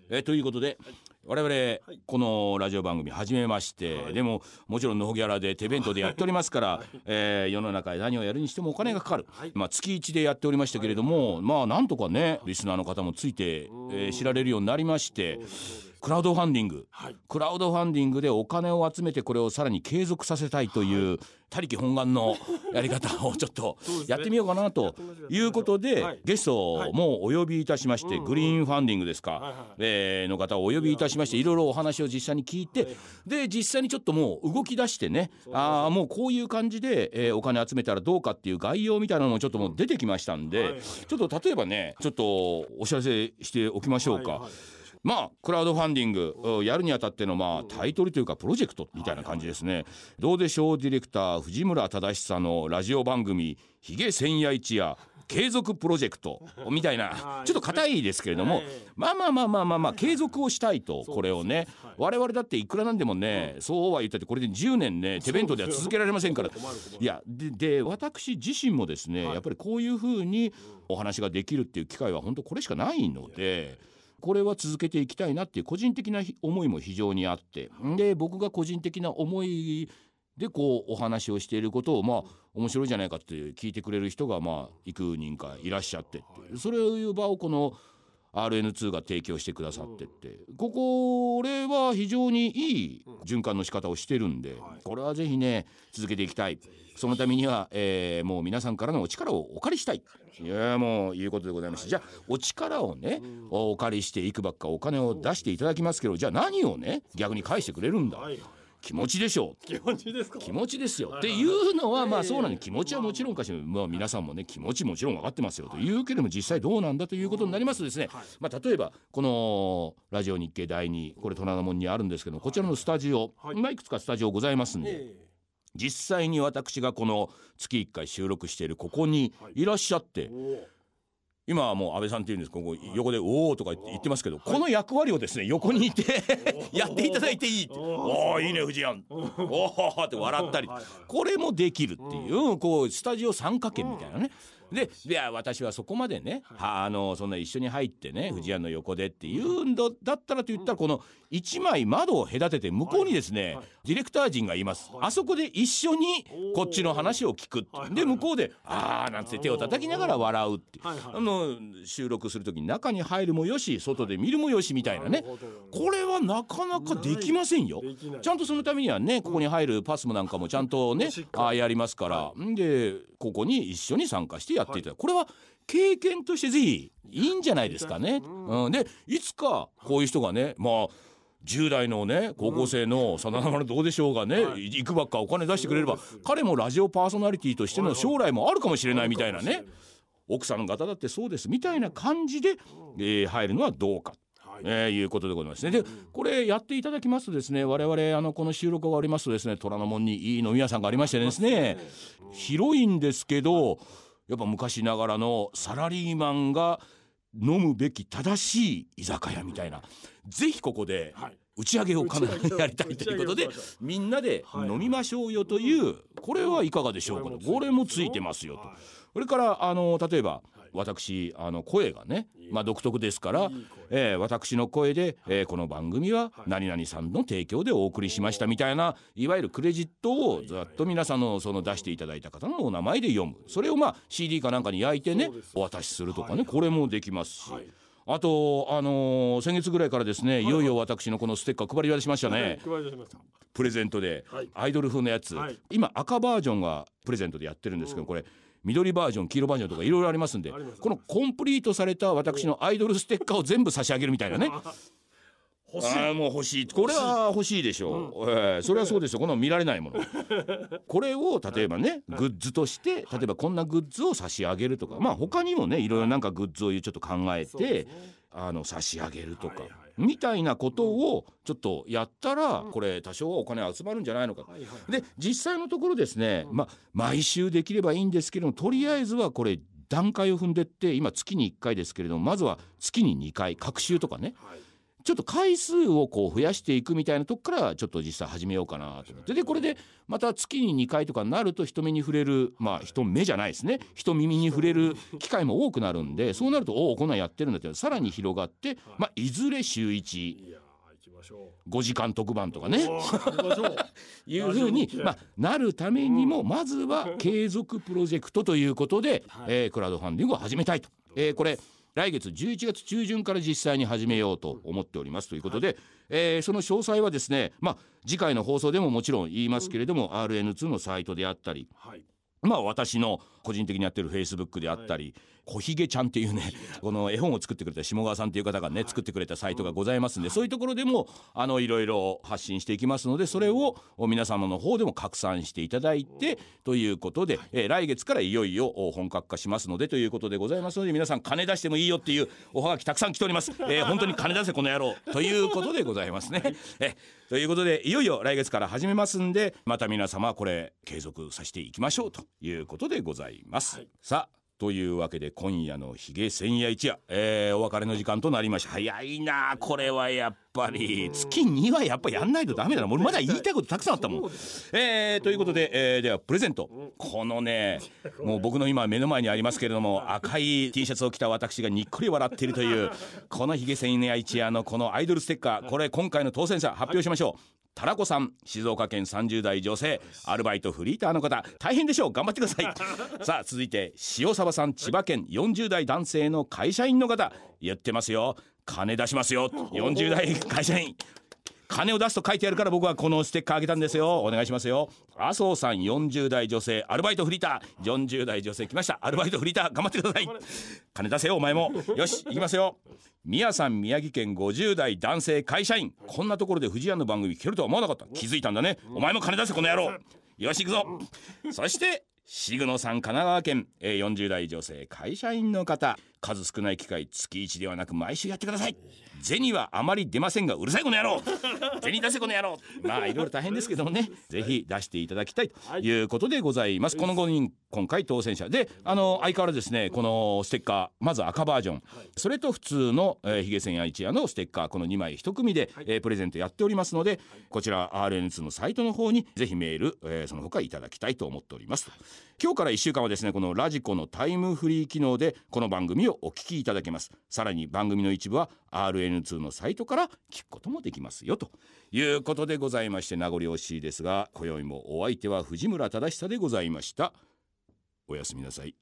ということで、我々このラジオ番組始めまして、でももちろんノーギャラで手弁当でやっておりますから、世の中で何をやるにしてもお金がかかる、月1でやっておりましたけれども、なんとかねリスナーの方もついて、知られるようになりまして、クラウドファンディングでお金を集めてこれをさらに継続させたいという他力本願のやり方をちょっとやってみようかなということで、ゲストもお呼びいたしまして、グリーンファンディングですか、の方をお呼びいたしまして、いろいろお話を実際に聞いて、で実際にちょっともう動き出してね、もうこういう感じで、お金集めたらどうかっていう概要みたいなのもちょっともう出てきましたんで、ちょっと例えばねちょっとお知らせしておきましょうか。クラウドファンディングやるにあたってのタイトルというかプロジェクトみたいな感じですね。どうでしょうディレクター藤村忠久のラジオ番組ひげ千夜一夜継続プロジェクトみたいな、ちょっと硬いですけれども、継続をしたいと、これをね我々だっていくらなんでもね、そうは言ったってこれで10年ね手弁当では続けられませんから。いやで私自身もですね、やっぱりこういうふうにお話ができるっていう機会は本当これしかないので、これは続けていきたいなっていう個人的な思いも非常にあって、で僕が個人的な思いでこうお話をしていることを面白いじゃないかって聞いてくれる人が幾人かいらっしゃってって、それをいう場をこの RN2 が提供してくださってって、これは非常にいい循環の仕方をしてるんで、これはぜひね続けていきたい。そのためには、もう皆さんからのお力をお借りしたい、もういうことでございまして、じゃあお力をねお借りしていくばっかお金を出していただきますけど、じゃあ何をね逆に返してくれるんだ、気持ちでしょう。 気持ちですか。 気持ちですよっていうのはそうなんで、気持ちはもちろんかしら、皆さんもね気持ちもちろん分かってますよというけれども、実際どうなんだということになりますとですね、例えばこのラジオ日経第2、これ虎ノ門にあるんですけど、こちらのスタジオ、いくつかスタジオございますんで、実際に私がこの月1回収録しているここにいらっしゃって、今はもう安倍さんっていうんですけど、ここ横でおーとか言ってますけど、この役割をですね横にいてやっていただいていいって、おーいいね藤井おーって笑ったり、これもできるっていう、こうスタジオ参加権みたいなね。でいや私はそこまでね、そんな一緒に入ってね藤井の横でっていうんだったらと言ったら、この1枚窓を隔てて向こうにですね、ディレクター陣がいます。あそこで一緒にこっちの話を聞く、で向こうでなんて手を叩きながら笑うって、収録する時に中に入るもよし外で見るもよしみたいなね、これはなかなかできませんよ。ちゃんとそのためにはねここに入るパスもなんかもちゃんとねやりますから、でここに一緒に参加してやっていただく、これは経験としてぜひいいんじゃないですかね。でいつかこういう人がね10代のね高校生のさだまるどうでしょうがね、行くばっかお金出してくれれば、彼もラジオパーソナリティとしての将来もあるかもしれないみたいなね、奥さん方だってそうですみたいな感じで、入るのはどうか、いうことでございますね。でこれやっていただきますとですね、我々この収録が終わりますとですね、虎ノ門にいい飲み屋さんがありましてですね、広いんですけどやっぱ昔ながらのサラリーマンが飲むべき正しい居酒屋みたいな、ぜひここで打ち上げを必ずやりたいということで、みんなで飲みましょうよという、これはいかがでしょうかと、これもついてますよと。それから例えば私声がね、独特ですから、私の声で、この番組は何々さんの提供でお送りしましたみたいな、いわゆるクレジットをざっと皆さんのその出していただいた方のお名前で読む、それをCD かなんかに焼いてねお渡しするとかね、これもできますし、あと先月ぐらいからですね、いよいよ私のこのステッカー配り出しましたね。プレゼントで、アイドル風のやつ、今赤バージョンがプレゼントでやってるんですけど、これ緑バージョン黄色バージョンとかいろいろありますんで、このコンプリートされた私のアイドルステッカーを全部差し上げるみたいなねもう欲しい、これは欲しいでしょう、それはそうですよ、この見られないものこれを例えばねグッズとして、例えばこんなグッズを差し上げるとか、他にもねいろいろなんかグッズをちょっと考えて差し上げるとか、みたいなことをちょっとやったら、これ多少はお金集まるんじゃないのか、で実際のところですね、毎週できればいいんですけども、とりあえずはこれ段階を踏んでって、今月に1回ですけれども、まずは月に2回、隔週とかね、 ちょっと回数をこう増やしていくみたいなとこからちょっと実際始めようかなと思って、でこれでまた月に2回とかになると人目に触れる、人目じゃないですね、人耳に触れる機会も多くなるんで、そうなるとこんなんやってるんだってさらに広がって、いずれ週1 5時間特番とかねいうふうに、なるためにもまずは継続プロジェクトということで、クラウドファンディングを始めたいと、これ来月11月中旬から実際に始めようと思っておりますということで、その詳細はですね、次回の放送でももちろん言いますけれども、RN2 のサイトであったり、私の個人的にやってる Facebook であったり、小ひげちゃんっていうね、この絵本を作ってくれた下川さんっていう方がね、作ってくれたサイトがございますんで、そういうところでもいろいろ発信していきますので、それを皆様の方でも拡散していただいてということで、来月からいよいよ本格化しますのでということでございますので、皆さん金出してもいいよっていうおはがきたくさん来ております。本当に金出せこの野郎ということでございますね。ということでいよいよ来月から始めますんで、また皆様これ継続させていきましょうということでございます。さあというわけで今夜のひげ千夜一夜、お別れの時間となりました。早いなこれは。やっぱり月2はやっぱやんないとダメだな。俺まだ言いたいことたくさんあったもん。ということで、ではプレゼント、このねもう僕の今目の前にありますけれども、赤い T シャツを着た私がにっこり笑っているというこのひげ千夜一夜のこのアイドルステッカー、これ今回の当選者発表しましょう。タラコさん、静岡県30代女性、アルバイトフリーターの方、大変でしょう、頑張ってくださいさあ続いて塩沢さん、千葉県40代男性の会社員の方、言ってますよ、金出しますよ、40代会社員金を出すと書いてあるから僕はこのステッカーあげたんですよ。お願いしますよ。麻生さん、40代女性、アルバイトフリーター、40代女性来ました、アルバイトフリーター頑張ってください。金出せよお前も。よし行きますよ。宮さん、宮城県50代男性会社員、こんなところで藤谷の番組聞けるとは思わなかった。気づいたんだね。お前も金出せこの野郎。よし行くぞ。そして重野さん、神奈川県、40代女性会社員の方、数少ない機会、月1ではなく毎週やってください。銭はあまり出ませんがうるさいこの野郎銭出せこの野郎。いろいろ大変ですけどもね、ぜひ出していただきたいということでございます。この5人今回当選者で、相変わらずですね、このステッカー、まず赤バージョン、それと普通のひげ千夜一夜のステッカー、この2枚1組で、プレゼントやっておりますので、こちら RN2 のサイトの方にぜひメール、その他いただきたいと思っております。今日から1週間はですね、このラジコのタイムフリー機能でこの番組をお聞きいただけます。さらに番組の一部は RN2 のサイトから聞くこともできますよということでございまして、名残惜しいですが今宵もお相手は藤村忠久でございました。おやすみなさい。